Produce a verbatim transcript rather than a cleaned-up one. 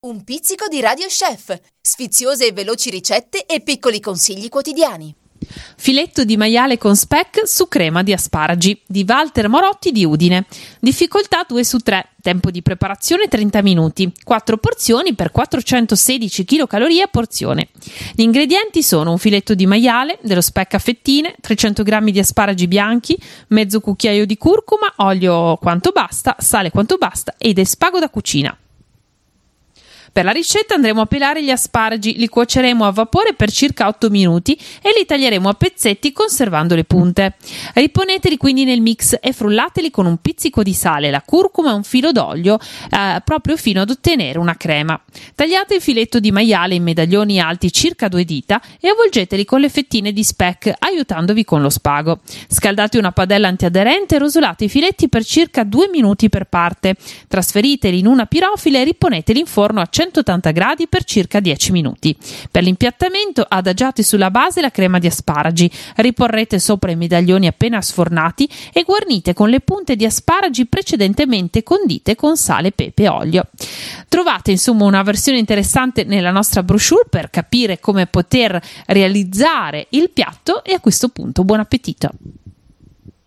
Un pizzico di Radio Chef, sfiziose e veloci ricette e piccoli consigli quotidiani. Filetto di maiale con speck su crema di asparagi di Walter Morotti di Udine. Difficoltà due su tre, tempo di preparazione trenta minuti, quattro porzioni per quattrocentosedici chilocalorie a porzione. Gli ingredienti sono un filetto di maiale, dello speck a fettine, trecento grammi di asparagi bianchi, mezzo cucchiaio di curcuma, olio quanto basta, sale quanto basta ed spago da cucina. Per la ricetta andremo a pelare gli asparagi, li cuoceremo a vapore per circa otto minuti e li taglieremo a pezzetti conservando le punte. Riponeteli quindi nel mix e frullateli con un pizzico di sale, la curcuma e un filo d'olio eh, proprio fino ad ottenere una crema. Tagliate il filetto di maiale in medaglioni alti circa due dita e avvolgeteli con le fettine di speck aiutandovi con lo spago. Scaldate una padella antiaderente e rosolate i filetti per circa due minuti per parte. Trasferiteli in una pirofila e riponeteli in forno a centottanta gradi per circa dieci minuti. Per l'impiattamento adagiate sulla base la crema di asparagi, riporrete sopra i medaglioni appena sfornati e guarnite con le punte di asparagi precedentemente condite con sale, pepe e olio. Trovate insomma una versione interessante nella nostra brochure per capire come poter realizzare il piatto e a questo punto buon appetito!